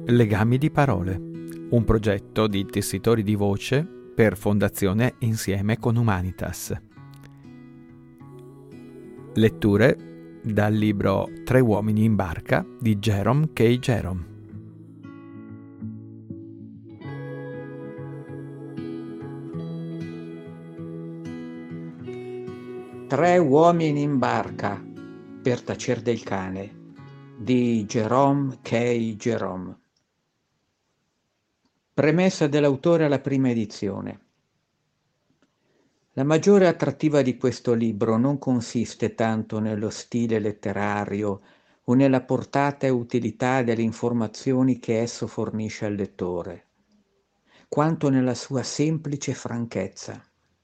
Legami di parole, un progetto di tessitori di voce per Fondazione Insieme con Humanitas. Letture dal libro Tre uomini in barca di Jerome K. Jerome. Tre uomini in barca per tacer del cane di Jerome K. Jerome. Premessa dell'autore alla prima edizione. La maggiore attrattiva di questo libro non consiste tanto nello stile letterario o nella portata e utilità delle informazioni che esso fornisce al lettore, quanto nella sua semplice franchezza.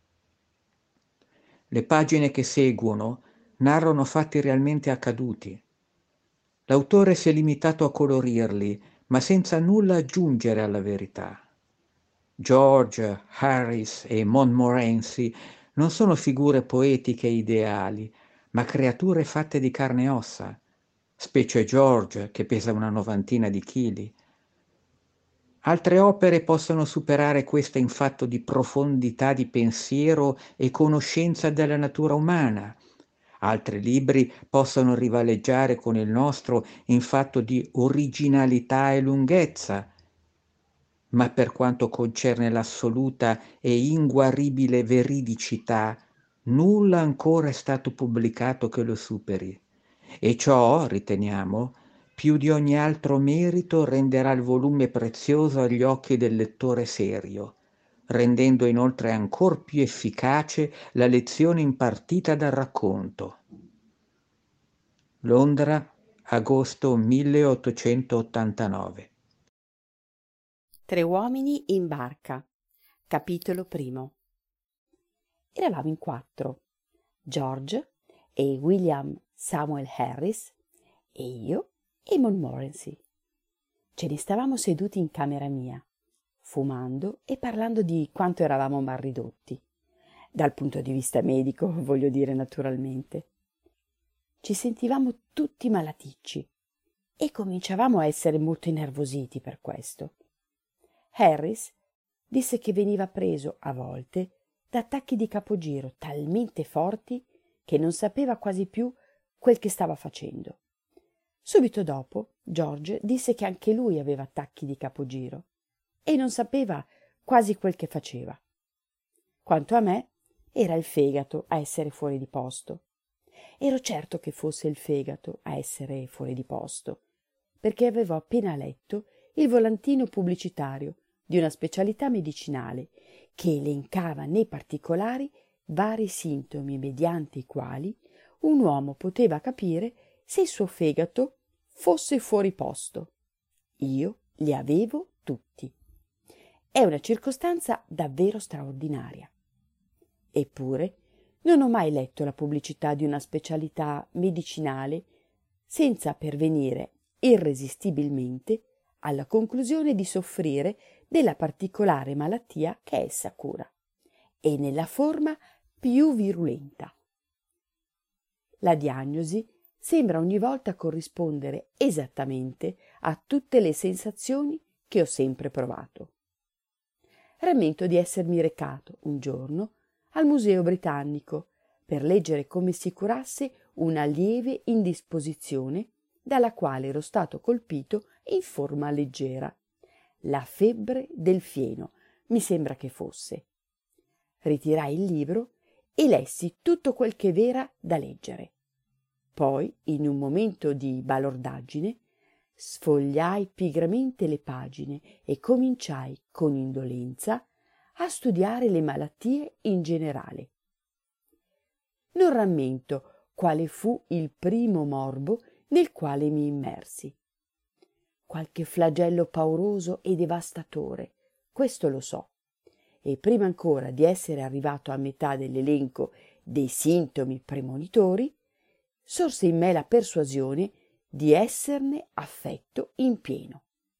Le pagine che seguono narrano fatti realmente accaduti. L'autore si è limitato a colorirli, ma senza nulla aggiungere alla verità. George, Harris e Montmorency non sono figure poetiche e ideali, ma creature fatte di carne e ossa, specie George che pesa una 90 di chili. Altre opere possono superare questa in fatto di profondità di pensiero e conoscenza della natura umana. Altri libri possono rivaleggiare con il nostro in fatto di originalità e lunghezza, ma per quanto concerne l'assoluta e inguaribile veridicità, nulla ancora è stato pubblicato che lo superi. E ciò, riteniamo, più di ogni altro merito renderà il volume prezioso agli occhi del lettore serio, rendendo inoltre ancor più efficace la lezione impartita dal racconto. Londra, agosto 1889. Tre uomini in barca. Capitolo primo. Eravamo in 4. George e William Samuel Harris e io e Montmorency. Ce ne stavamo seduti in camera mia, fumando e parlando di quanto eravamo mal ridotti. Dal punto di vista medico, voglio dire, naturalmente. Ci sentivamo tutti malaticci e cominciavamo a essere molto innervositi per questo. Harris disse che veniva preso a volte da attacchi di capogiro talmente forti che non sapeva quasi più quel che stava facendo. Subito dopo George disse che anche lui aveva attacchi di capogiro e non sapeva quasi quel che faceva. Quanto a me, era il fegato a essere fuori di posto. Ero certo che fosse il fegato a essere fuori di posto, perché avevo appena letto il volantino pubblicitario di una specialità medicinale che elencava nei particolari vari sintomi mediante i quali un uomo poteva capire se il suo fegato fosse fuori posto. Io li avevo tutti. È una circostanza davvero straordinaria. Eppure non ho mai letto la pubblicità di una specialità medicinale senza pervenire irresistibilmente alla conclusione di soffrire della particolare malattia che essa cura, e nella forma più virulenta. La diagnosi sembra ogni volta corrispondere esattamente a tutte le sensazioni che ho sempre provato. Rammento di essermi recato un giorno al Museo Britannico per leggere come si curasse una lieve indisposizione dalla quale ero stato colpito in forma leggera. La febbre del fieno, mi sembra che fosse. Ritirai il libro e lessi tutto quel che v'era da leggere. Poi, in un momento di balordaggine, sfogliai pigramente le pagine e cominciai con indolenza a studiare le malattie in generale. Non rammento quale fu il primo morbo nel quale mi immersi. Qualche flagello pauroso e devastatore, questo lo so, e prima ancora di essere arrivato a metà dell'elenco dei sintomi premonitori, sorse in me la persuasione di esserne affetto in pieno.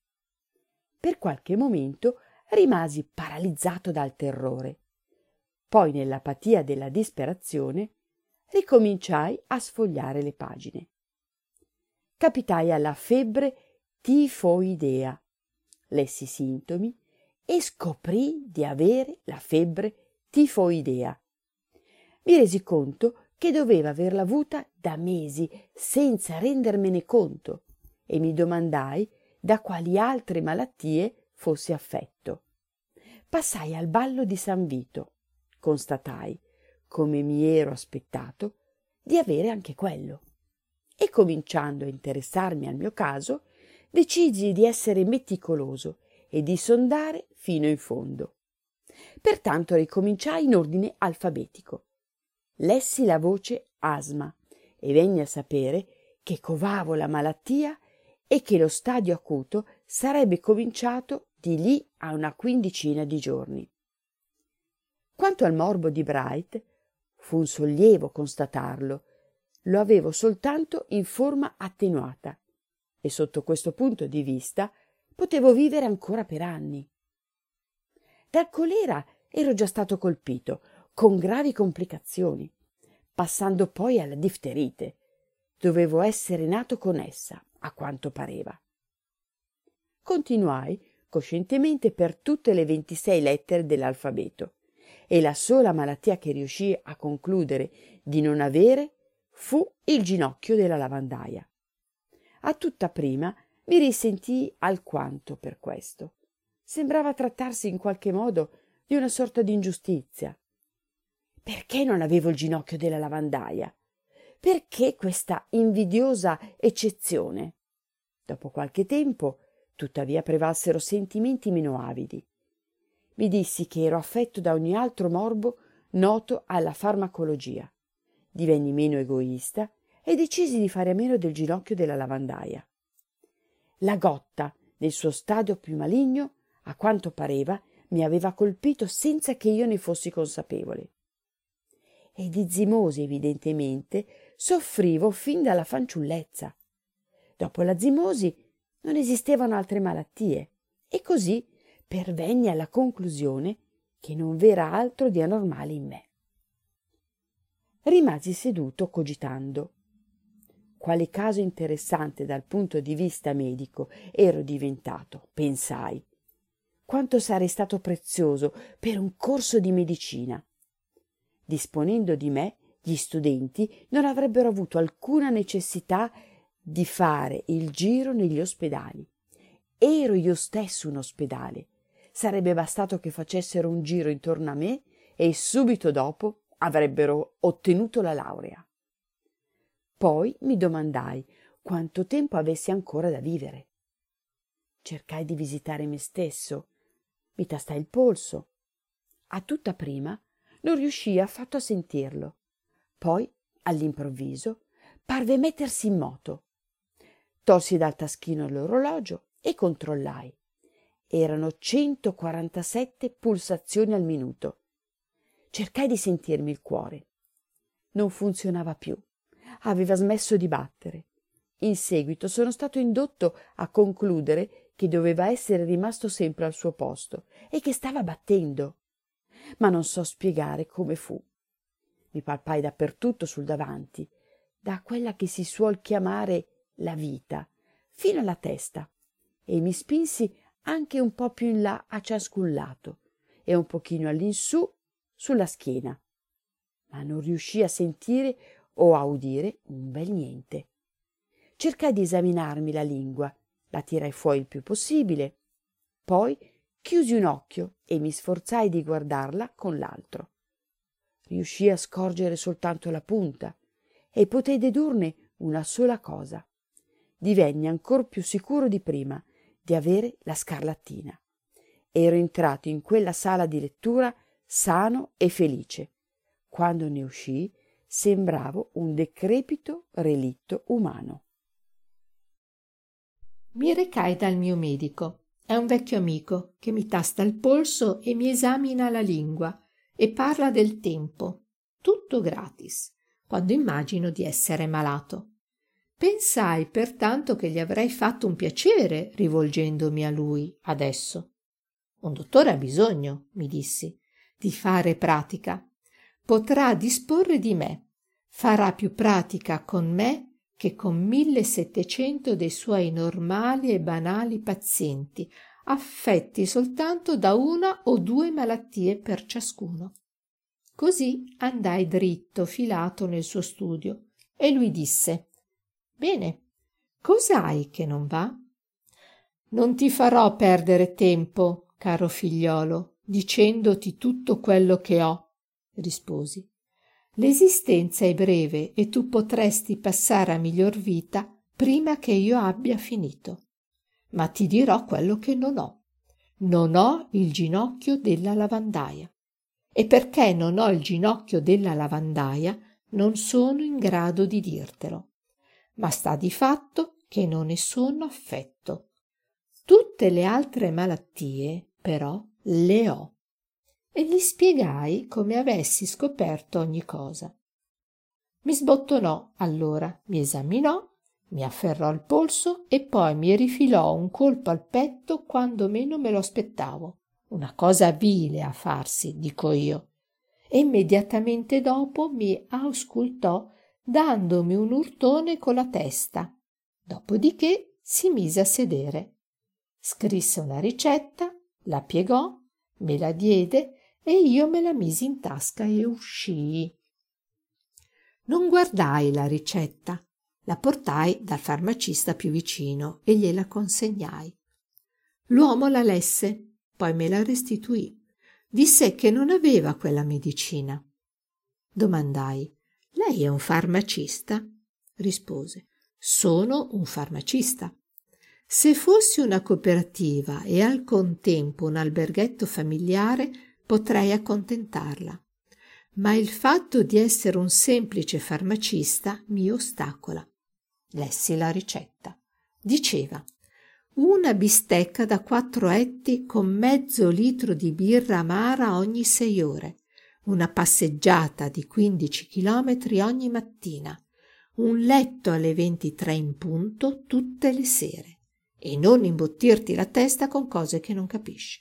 Per qualche momento rimasi paralizzato dal terrore. Poi, nell'apatia della disperazione, ricominciai a sfogliare le pagine. Capitai alla febbre tifoidea lessi i sintomi e scoprì di avere la febbre tifoidea. Mi resi conto che doveva averla avuta da mesi senza rendermene conto e mi domandai da quali altre malattie fossi affetto. Passai al ballo di San Vito. Constatai, come mi ero aspettato, di avere anche quello. E cominciando a interessarmi al mio caso, decisi di essere meticoloso e di sondare fino in fondo. Pertanto ricominciai in ordine alfabetico. Lessi la voce asma e venni a sapere che covavo la malattia e che lo stadio acuto sarebbe cominciato di lì a una quindicina di giorni. Quanto al morbo di Bright, fu un sollievo constatarlo. Lo avevo soltanto in forma attenuata e sotto questo punto di vista potevo vivere ancora per anni. Dal colera ero già stato colpito, con gravi complicazioni, passando poi alla difterite. Dovevo essere nato con essa, a quanto pareva. Continuai coscientemente per tutte le 26 lettere dell'alfabeto e la sola malattia che riuscii a concludere di non avere fu il ginocchio della lavandaia. A tutta prima mi risentii alquanto per questo. Sembrava trattarsi in qualche modo di una sorta di ingiustizia. Perché non avevo il ginocchio della lavandaia? Perché questa invidiosa eccezione? Dopo qualche tempo, tuttavia, prevalsero sentimenti meno avidi. Mi dissi che ero affetto da ogni altro morbo noto alla farmacologia. Divenni meno egoista e decisi di fare a meno del ginocchio della lavandaia. La gotta, nel suo stadio più maligno, a quanto pareva, mi aveva colpito senza che io ne fossi consapevole. E di zimosi, evidentemente, soffrivo fin dalla fanciullezza. Dopo la zimosi non esistevano altre malattie e così pervenni alla conclusione che non v'era altro di anormale in me. Rimasi seduto cogitando. Quale caso interessante dal punto di vista medico ero diventato, pensai. Quanto sarei stato prezioso per un corso di medicina. Disponendo di me, gli studenti non avrebbero avuto alcuna necessità di fare il giro negli ospedali. Ero io stesso un ospedale. Sarebbe bastato che facessero un giro intorno a me e subito dopo avrebbero ottenuto la laurea. Poi mi domandai quanto tempo avessi ancora da vivere. Cercai di visitare me stesso, mi tastai il polso. A tutta prima non riuscii affatto a sentirlo. Poi, all'improvviso, parve mettersi in moto. Tolsi dal taschino l'orologio e controllai. Erano 147 pulsazioni al minuto. Cercai di sentirmi il cuore. Non funzionava più. Aveva smesso di battere. In seguito sono stato indotto a concludere che doveva essere rimasto sempre al suo posto e che stava battendo. Ma non so spiegare come fu. Mi palpai dappertutto sul davanti, da quella che si suol chiamare la vita, fino alla testa, e mi spinsi anche un po' più in là a ciascun lato e un pochino all'insù sulla schiena, ma non riuscii a sentire o a udire un bel niente. Cercai di esaminarmi la lingua, la tirai fuori il più possibile, poi chiusi un occhio e mi sforzai di guardarla con l'altro. Riuscii a scorgere soltanto la punta e potei dedurne una sola cosa. Divenni ancor più sicuro di prima di avere la scarlattina. Ero entrato in quella sala di lettura sano e felice. Quando ne uscii, sembravo un decrepito relitto umano. Mi recai dal mio medico. È un vecchio amico che mi tasta il polso e mi esamina la lingua e parla del tempo, tutto gratis, quando immagino di essere malato. Pensai pertanto che gli avrei fatto un piacere rivolgendomi a lui adesso. Un dottore ha bisogno, mi dissi, di fare pratica. Potrà disporre di me. Farà più pratica con me che con 1700 dei suoi normali e banali pazienti, affetti soltanto da una o due malattie per ciascuno. Così andai dritto filato nel suo studio e lui disse: «Bene, cos'hai che non va?» «Non ti farò perdere tempo, caro figliolo, dicendoti tutto quello che ho», risposi. «L'esistenza è breve e tu potresti passare a miglior vita prima che io abbia finito. Ma ti dirò quello che non ho. Non ho il ginocchio della lavandaia. E perché non ho il ginocchio della lavandaia non sono in grado di dirtelo. Ma sta di fatto che non ne sono affetto. Tutte le altre malattie, però, le ho». E gli spiegai come avessi scoperto ogni cosa. Mi sbottonò allora, mi esaminò, mi afferrò il polso e poi mi rifilò un colpo al petto quando meno me lo aspettavo. Una cosa vile a farsi, dico io. E immediatamente dopo mi auscultò dandomi un urtone con la testa. Dopodiché si mise a sedere. Scrisse una ricetta, la piegò, me la diede e io me la misi in tasca e uscii. Non guardai la ricetta, la portai dal farmacista più vicino e gliela consegnai. L'uomo la lesse, poi me la restituì. Disse che non aveva quella medicina. Domandai: «Lei è un farmacista?» Rispose: «Sono un farmacista. Se fossi una cooperativa e al contempo un alberghetto familiare, potrei accontentarla. Ma il fatto di essere un semplice farmacista mi ostacola». Lessi la ricetta. Diceva: «Una bistecca da 4 etti con mezzo litro di birra amara ogni 6 ore, una passeggiata di 15 chilometri ogni mattina, un letto alle 23 in punto tutte le sere, e non imbottirti la testa con cose che non capisci».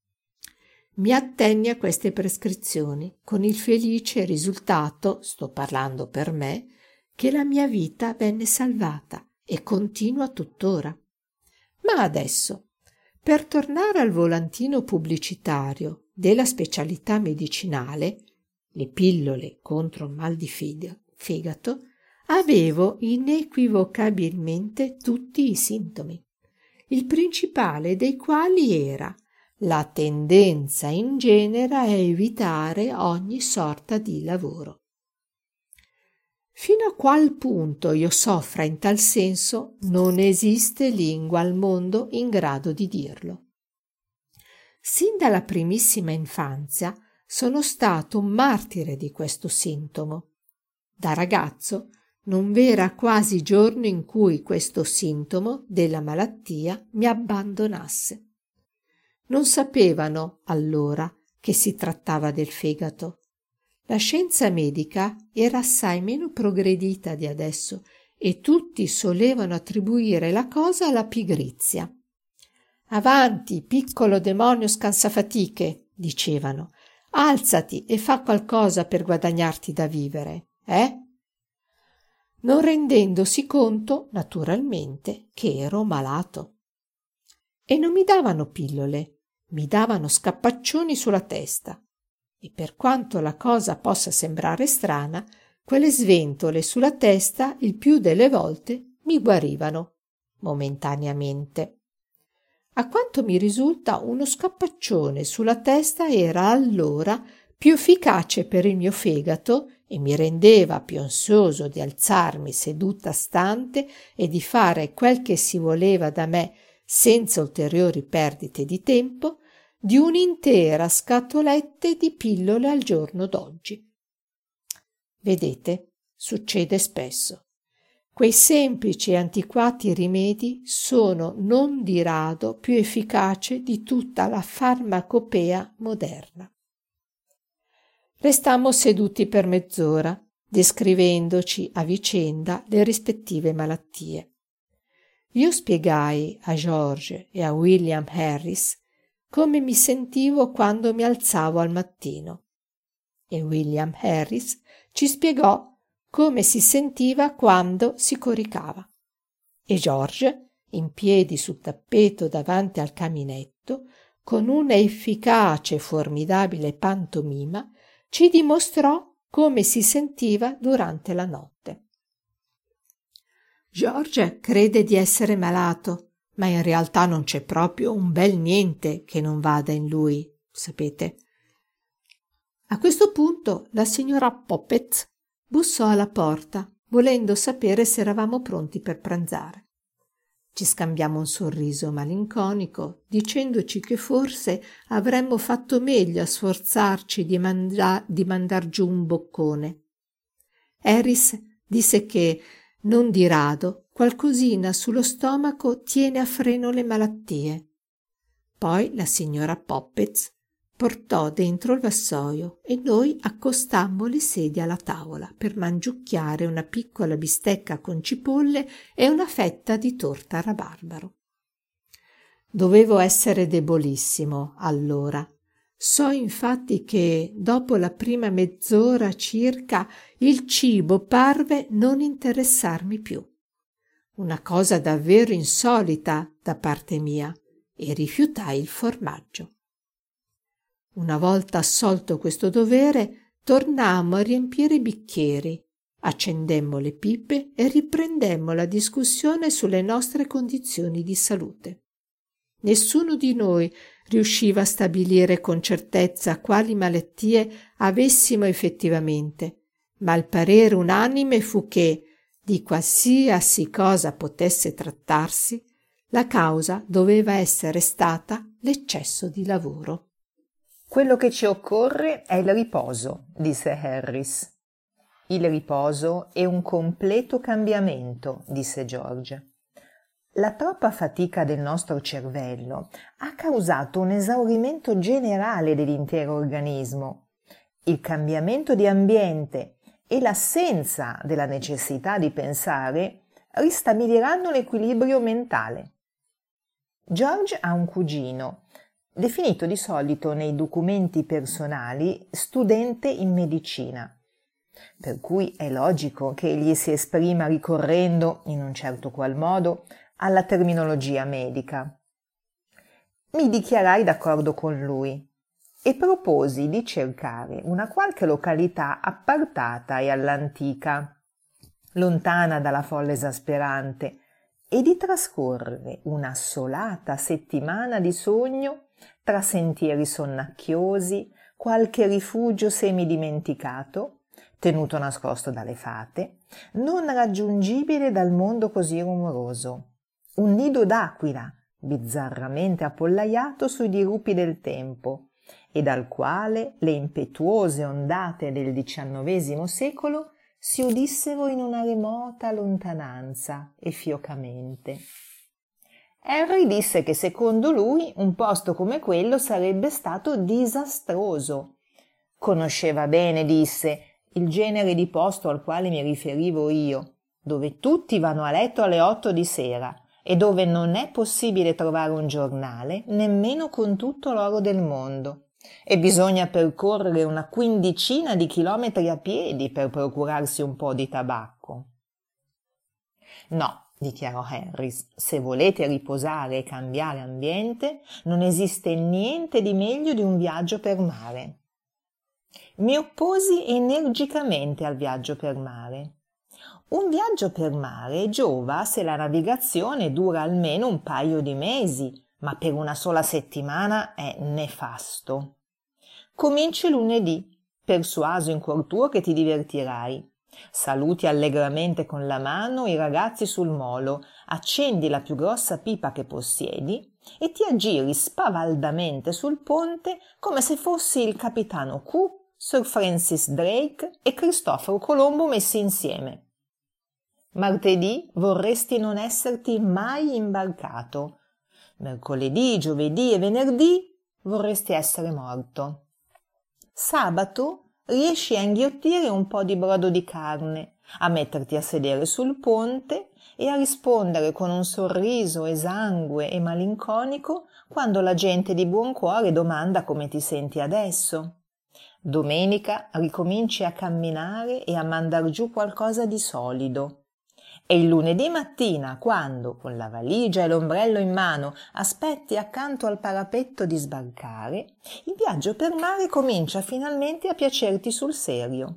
Mi attenni a queste prescrizioni con il felice risultato, sto parlando per me, che la mia vita venne salvata e continua tuttora. Ma adesso, per tornare al volantino pubblicitario della specialità medicinale, le pillole contro il mal di fegato, avevo inequivocabilmente tutti i sintomi, il principale dei quali era la tendenza in genere a evitare ogni sorta di lavoro. Fino a qual punto io soffra in tal senso, non esiste lingua al mondo in grado di dirlo. Sin dalla primissima infanzia sono stato un martire di questo sintomo. Da ragazzo non v'era quasi giorno in cui questo sintomo della malattia mi abbandonasse. Non sapevano allora che si trattava del fegato. La scienza medica era assai meno progredita di adesso e tutti solevano attribuire la cosa alla pigrizia. «Avanti, piccolo demonio scansafatiche», dicevano, «alzati e fa qualcosa per guadagnarti da vivere, non rendendosi conto, naturalmente, che ero malato. E non mi davano pillole, mi davano scappaccioni sulla testa. E per quanto la cosa possa sembrare strana, quelle sventole sulla testa il più delle volte mi guarivano, momentaneamente. A quanto mi risulta, uno scappaccione sulla testa era allora più efficace per il mio fegato e mi rendeva più ansioso di alzarmi seduta stante e di fare quel che si voleva da me senza ulteriori perdite di tempo, di un'intera scatolette di pillole al giorno d'oggi. Vedete, succede spesso. Quei semplici e antiquati rimedi sono non di rado più efficaci di tutta la farmacopea moderna. Restammo seduti per mezz'ora, descrivendoci a vicenda le rispettive malattie. Io spiegai a George e a William Harris come mi sentivo quando mi alzavo al mattino, e William Harris ci spiegò come si sentiva quando si coricava, e George, in piedi sul tappeto davanti al caminetto, letto, con una efficace e formidabile pantomima, ci dimostrò come si sentiva durante la notte. George crede di essere malato, ma in realtà non c'è proprio un bel niente che non vada in lui, sapete. A questo punto la signora Poppet bussò alla porta, volendo sapere se eravamo pronti per pranzare. Ci scambiamo un sorriso malinconico, dicendoci che forse avremmo fatto meglio a sforzarci di mandar giù un boccone. Harris disse che, non di rado, qualcosina sullo stomaco tiene a freno le malattie. Poi la signora Poppets portò dentro il vassoio e noi accostammo le sedie alla tavola per mangiucchiare una piccola bistecca con cipolle e una fetta di torta a rabarbaro. Dovevo essere debolissimo allora. So infatti che dopo la prima mezz'ora circa il cibo parve non interessarmi più. Una cosa davvero insolita da parte mia, e rifiutai il formaggio. Una volta assolto questo dovere, tornammo a riempire i bicchieri, accendemmo le pipe e riprendemmo la discussione sulle nostre condizioni di salute. Nessuno di noi riusciva a stabilire con certezza quali malattie avessimo effettivamente, ma il parere unanime fu che, di qualsiasi cosa potesse trattarsi, la causa doveva essere stata l'eccesso di lavoro. Quello che ci occorre è il riposo, disse Harris. Il riposo è un completo cambiamento, disse George. La troppa fatica del nostro cervello ha causato un esaurimento generale dell'intero organismo. Il cambiamento di ambiente e l'assenza della necessità di pensare ristabiliranno l'equilibrio mentale. George ha un cugino, definito di solito nei documenti personali studente in medicina, per cui è logico che egli si esprima ricorrendo, in un certo qual modo, alla terminologia medica. Mi dichiarai d'accordo con lui e proposi di cercare una qualche località appartata e all'antica, lontana dalla folla esasperante, e di trascorrere una assolata settimana di sogno tra sentieri sonnacchiosi, qualche rifugio semidimenticato, tenuto nascosto dalle fate, non raggiungibile dal mondo così rumoroso, un nido d'aquila bizzarramente appollaiato sui dirupi del tempo e dal quale le impetuose ondate del XIX secolo si udissero in una remota lontananza e fiocamente. Harry disse che secondo lui un posto come quello sarebbe stato disastroso. Conosceva bene, disse, il genere di posto al quale mi riferivo io, dove tutti vanno a letto alle 8 di sera e dove non è possibile trovare un giornale nemmeno con tutto l'oro del mondo, e bisogna percorrere una quindicina di chilometri a piedi per procurarsi un po' di tabacco. No, dichiarò Harris, se volete riposare e cambiare ambiente, non esiste niente di meglio di un viaggio per mare. Mi opposi energicamente al viaggio per mare. Un viaggio per mare giova se la navigazione dura almeno un paio di mesi, ma per una sola settimana è nefasto. Cominci lunedì, persuaso in cuor tuo che ti divertirai. Saluti allegramente con la mano i ragazzi sul molo, accendi la più grossa pipa che possiedi e ti aggiri spavaldamente sul ponte come se fossi il capitano Q, Sir Francis Drake e Cristoforo Colombo messi insieme. Martedì vorresti non esserti mai imbarcato. Mercoledì, giovedì e venerdì vorresti essere morto. Sabato riesci a inghiottire un po' di brodo di carne, a metterti a sedere sul ponte e a rispondere con un sorriso esangue e malinconico quando la gente di buon cuore domanda come ti senti adesso. Domenica ricominci a camminare e a mandar giù qualcosa di solido. E il lunedì mattina, quando, con la valigia e l'ombrello in mano, aspetti accanto al parapetto di sbarcare, il viaggio per mare comincia finalmente a piacerti sul serio.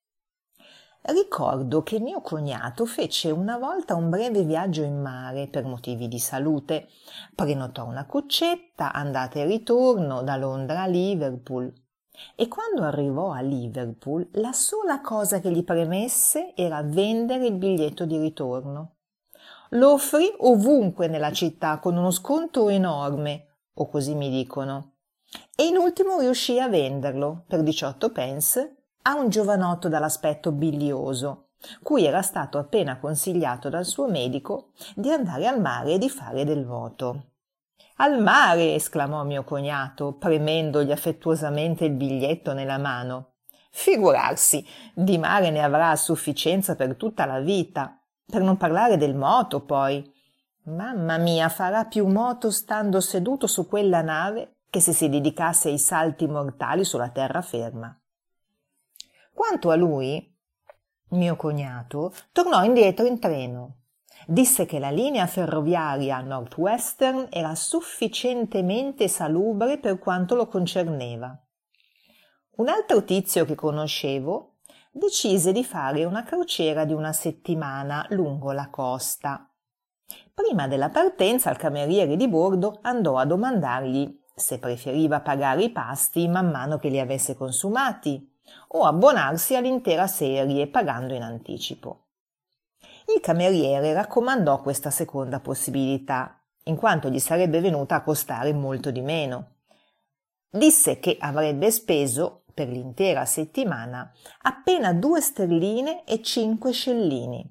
Ricordo che mio cognato fece una volta un breve viaggio in mare per motivi di salute. Prenotò una cuccetta, andata e ritorno, da Londra a Liverpool. E quando arrivò a Liverpool, la sola cosa che gli premesse era vendere il biglietto di ritorno. Lo offrì ovunque nella città con uno sconto enorme, o così mi dicono, e in ultimo riuscì a venderlo per 18 pence a un giovanotto dall'aspetto bilioso, cui era stato appena consigliato dal suo medico di andare al mare e di fare del nuoto. «Al mare!» esclamò mio cognato, premendogli affettuosamente il biglietto nella mano. «Figurarsi, di mare ne avrà a sufficienza per tutta la vita, per non parlare del moto poi. Mamma mia, farà più moto stando seduto su quella nave che se si dedicasse ai salti mortali sulla terraferma». Quanto a lui, mio cognato tornò indietro in treno. Disse che la linea ferroviaria Northwestern era sufficientemente salubre per quanto lo concerneva. Un altro tizio che conoscevo decise di fare una crociera di una settimana lungo la costa. Prima della partenza il cameriere di bordo andò a domandargli se preferiva pagare i pasti man mano che li avesse consumati o abbonarsi all'intera serie pagando in anticipo. Il cameriere raccomandò questa seconda possibilità, in quanto gli sarebbe venuta a costare molto di meno. Disse che avrebbe speso per l'intera settimana appena 2 sterline e 5 scellini.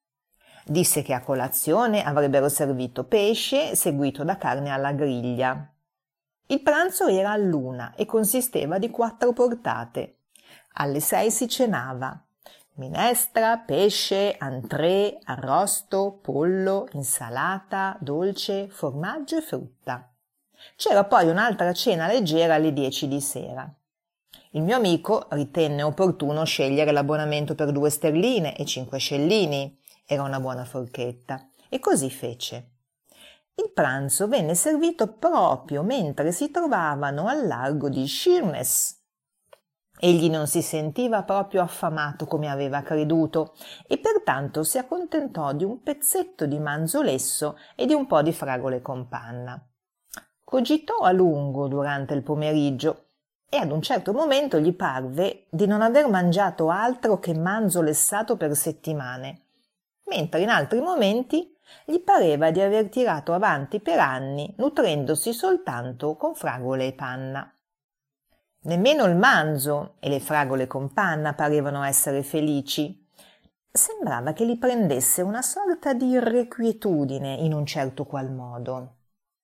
Disse che a colazione avrebbero servito pesce seguito da carne alla griglia. Il pranzo era all'1 e consisteva di 4 portate. Alle 6 si cenava. Minestra, pesce, entrée, arrosto, pollo, insalata, dolce, formaggio e frutta. C'era poi un'altra cena leggera alle 10 di sera. Il mio amico ritenne opportuno scegliere l'abbonamento per 2 sterline e 5 scellini. Era una buona forchetta. E così fece. Il pranzo venne servito proprio mentre si trovavano al largo di Sheerness. Egli non si sentiva proprio affamato come aveva creduto e pertanto si accontentò di un pezzetto di manzo lesso e di un po' di fragole con panna. Cogitò a lungo durante il pomeriggio e ad un certo momento gli parve di non aver mangiato altro che manzo lessato per settimane, mentre in altri momenti gli pareva di aver tirato avanti per anni nutrendosi soltanto con fragole e panna. Nemmeno il manzo e le fragole con panna parevano essere felici. Sembrava che li prendesse una sorta di irrequietudine in un certo qual modo.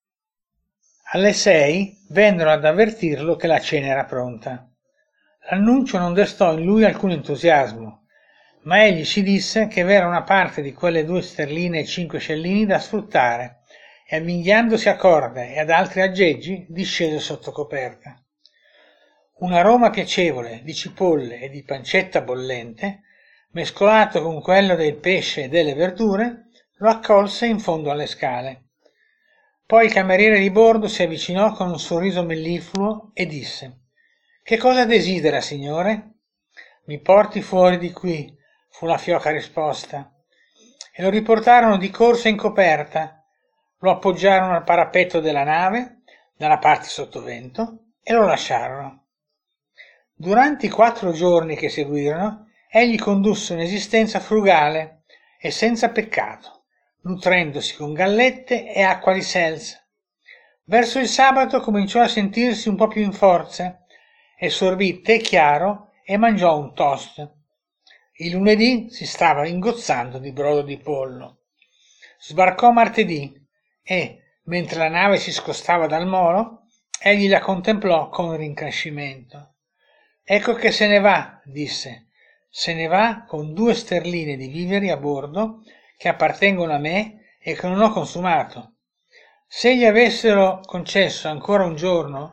Alle 6 vennero ad avvertirlo che la cena era pronta. L'annuncio non destò in lui alcun entusiasmo, ma egli ci disse che v'era una parte di quelle 2 sterline e 5 scellini da sfruttare e avvinghiandosi a corde e ad altri aggeggi discese sotto coperta. Un aroma piacevole di cipolle e di pancetta bollente, mescolato con quello del pesce e delle verdure, lo accolse in fondo alle scale. Poi il cameriere di bordo si avvicinò con un sorriso mellifluo e disse: «Che cosa desidera, signore?» «Mi porti fuori di qui», fu la fioca risposta, e lo riportarono di corsa in coperta, lo appoggiarono al parapetto della nave, dalla parte sottovento, e lo lasciarono. Durante i 4 giorni che seguirono, egli condusse un'esistenza frugale e senza peccato, nutrendosi con gallette e acqua di seltz. Verso il sabato cominciò a sentirsi un po' più in forze e sorbì tè chiaro e mangiò un toast. Il lunedì si stava ingozzando di brodo di pollo. Sbarcò martedì e, mentre la nave si scostava dal molo, egli la contemplò con rincrescimento. «Ecco che se ne va», disse. «Se ne va con 2 sterline di viveri a bordo che appartengono a me e che non ho consumato. Se gli avessero concesso ancora un giorno»,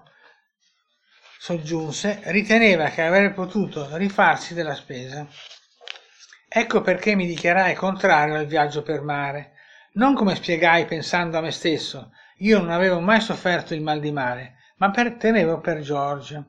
soggiunse, riteneva che avrebbe potuto rifarsi della spesa. Ecco perché mi dichiarai contrario al viaggio per mare, non come spiegai pensando a me stesso, io non avevo mai sofferto il mal di mare, ma temevo per George.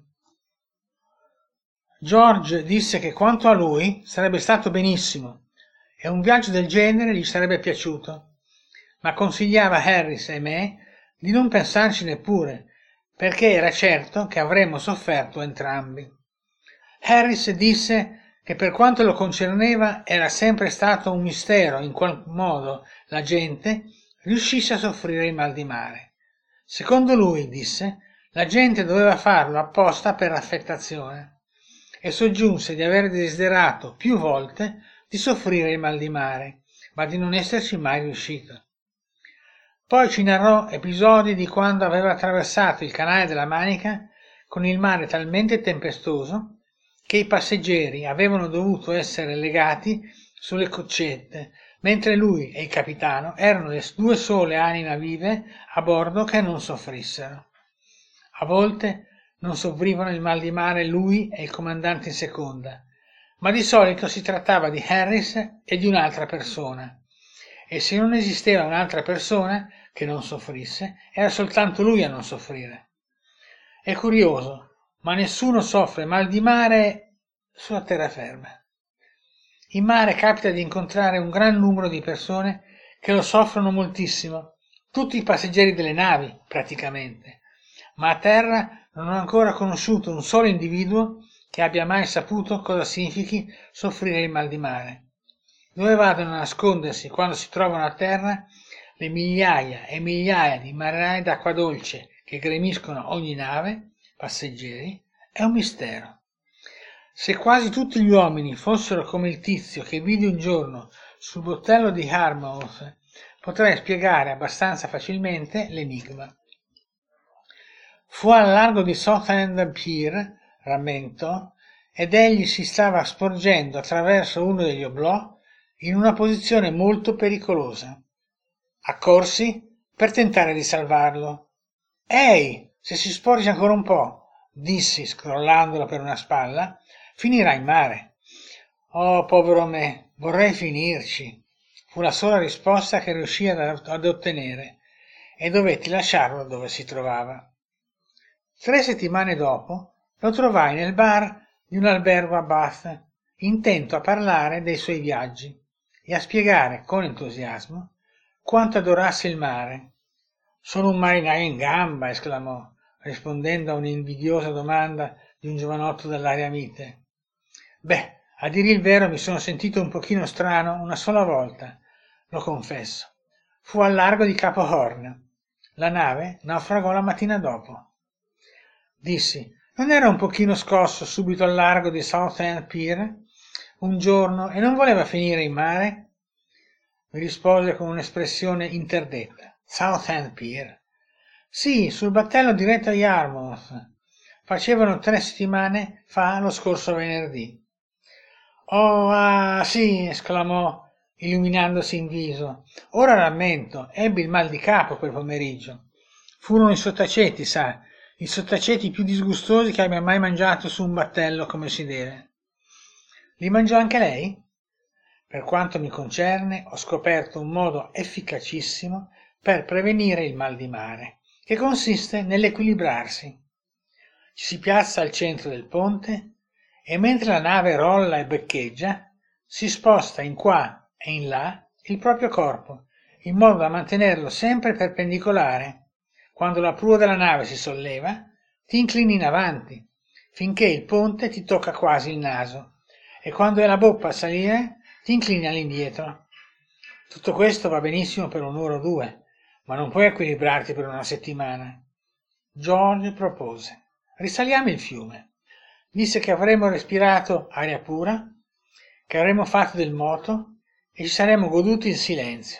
George disse che quanto a lui sarebbe stato benissimo e un viaggio del genere gli sarebbe piaciuto, ma consigliava Harris e me di non pensarci neppure, perché era certo che avremmo sofferto entrambi. Harris disse che per quanto lo concerneva era sempre stato un mistero in qual modo la gente riuscisse a soffrire il mal di mare. Secondo lui, disse, la gente doveva farlo apposta per affettazione, e soggiunse di aver desiderato più volte di soffrire il mal di mare, ma di non esserci mai riuscito. Poi ci narrò episodi di quando aveva attraversato il canale della Manica con il mare talmente tempestoso che i passeggeri avevano dovuto essere legati sulle coccette, mentre lui e il capitano erano le due sole anime vive a bordo che non soffrissero. A volte non soffrivano il mal di mare lui e il comandante in seconda, ma di solito si trattava di Harris e di un'altra persona, e se non esisteva un'altra persona che non soffrisse, era soltanto lui a non soffrire. È curioso, ma nessuno soffre mal di mare sulla terraferma. In mare capita di incontrare un gran numero di persone che lo soffrono moltissimo, tutti i passeggeri delle navi praticamente, ma a terra non ho ancora conosciuto un solo individuo che abbia mai saputo cosa significhi soffrire il mal di mare. Dove vadano a nascondersi quando si trovano a terra le migliaia e migliaia di marinai d'acqua dolce che gremiscono ogni nave, passeggeri, è un mistero. Se quasi tutti gli uomini fossero come il tizio che vidi un giorno sul bottello di Yarmouth, potrei spiegare abbastanza facilmente l'enigma. Fu al largo di Southend Pier, rammento, ed egli si stava sporgendo attraverso uno degli oblò in una posizione molto pericolosa. Accorsi per tentare di salvarlo. «Ehi, se si sporge ancora un po'», dissi scrollandolo per una spalla, «finirà in mare». «Oh, povero me, vorrei finirci», fu la sola risposta che riuscì ad ottenere, e dovetti lasciarlo dove si trovava. 3 settimane dopo lo trovai nel bar di un albergo a Bath, intento a parlare dei suoi viaggi e a spiegare con entusiasmo quanto adorasse il mare. «Sono un marinaio in gamba», esclamò, rispondendo a un'invidiosa domanda di un giovanotto dell'aria mite. «Beh, a dire il vero mi sono sentito un pochino strano una sola volta, lo confesso. Fu al largo di Capo Horn. La nave naufragò la mattina dopo». Dissi: «Non era un pochino scosso subito al largo di Southend Pier un giorno e non voleva finire in mare?» Mi rispose con un'espressione interdetta. «Southend Pier?» «Sì, sul battello diretto a Yarmouth. Facevano 3 settimane fa lo scorso venerdì». «Oh, ah, sì», esclamò, illuminandosi in viso. «Ora rammento, ebbi il mal di capo quel pomeriggio. Furono i sottaceti, sa, i sottaceti più disgustosi che abbia mai mangiato su un battello come si deve». «Li mangiò anche lei?» Per quanto mi concerne, ho scoperto un modo efficacissimo per prevenire il mal di mare, che consiste nell'equilibrarsi. Ci si piazza al centro del ponte e mentre la nave rolla e beccheggia, si sposta in qua e in là il proprio corpo, in modo da mantenerlo sempre perpendicolare. Quando la prua della nave si solleva, ti inclini in avanti, finché il ponte ti tocca quasi il naso, e quando è la boppa a salire, ti inclini all'indietro. Tutto questo va benissimo per 1 ora o 2, ma non puoi equilibrarti per 1 settimana. George propose: «Risaliamo il fiume». Disse che avremmo respirato aria pura, che avremmo fatto del moto e ci saremmo goduti il silenzio.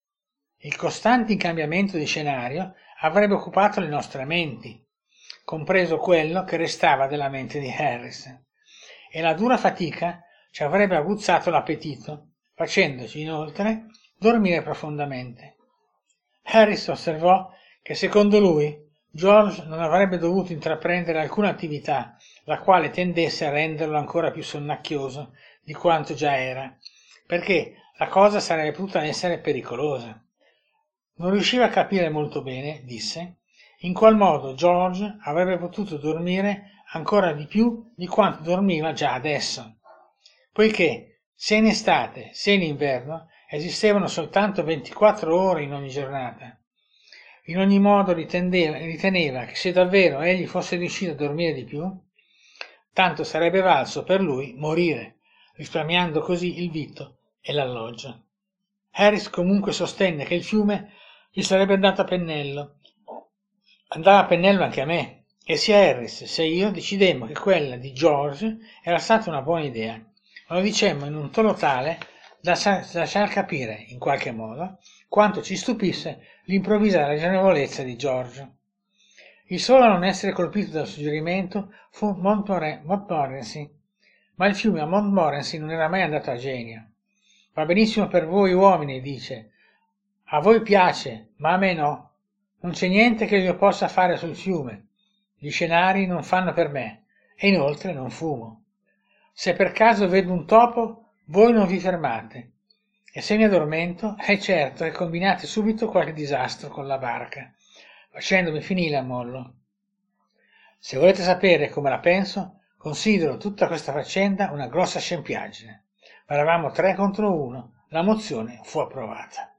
Il costante incambiamento di scenario avrebbe occupato le nostre menti, compreso quello che restava della mente di Harris, e la dura fatica ci avrebbe aguzzato l'appetito, facendoci inoltre dormire profondamente. Harris osservò che secondo lui George non avrebbe dovuto intraprendere alcuna attività la quale tendesse a renderlo ancora più sonnacchioso di quanto già era, perché la cosa sarebbe potuta essere pericolosa. Non riusciva a capire molto bene, disse, in qual modo George avrebbe potuto dormire ancora di più di quanto dormiva già adesso, poiché sia in estate sia in inverno esistevano soltanto 24 ore in ogni giornata. In ogni modo riteneva che se davvero egli fosse riuscito a dormire di più, tanto sarebbe valso per lui morire, risparmiando così il vitto e l'alloggio. Harris comunque sostenne che il fiume gli sarebbe andato a pennello. Andava a pennello anche a me, e sia Harris sia io decidemmo che quella di George era stata una buona idea. Lo dicemmo in un tono tale da lasciar capire, in qualche modo, quanto ci stupisse l'improvvisa ragionevolezza di George. Il solo a non essere colpito dal suggerimento fu Montmorency, ma il fiume a Montmorency non era mai andato a genio. Va benissimo per voi uomini, dice. A voi piace, ma a me no. Non c'è niente che io possa fare sul fiume. Gli scenari non fanno per me, e inoltre non fumo. Se per caso vedo un topo, voi non vi fermate. E se mi addormento, è certo che combinate subito qualche disastro con la barca, facendomi finire a mollo. Se volete sapere come la penso, considero tutta questa faccenda una grossa scempiaggine. Ma eravamo 3 contro 1, la mozione fu approvata.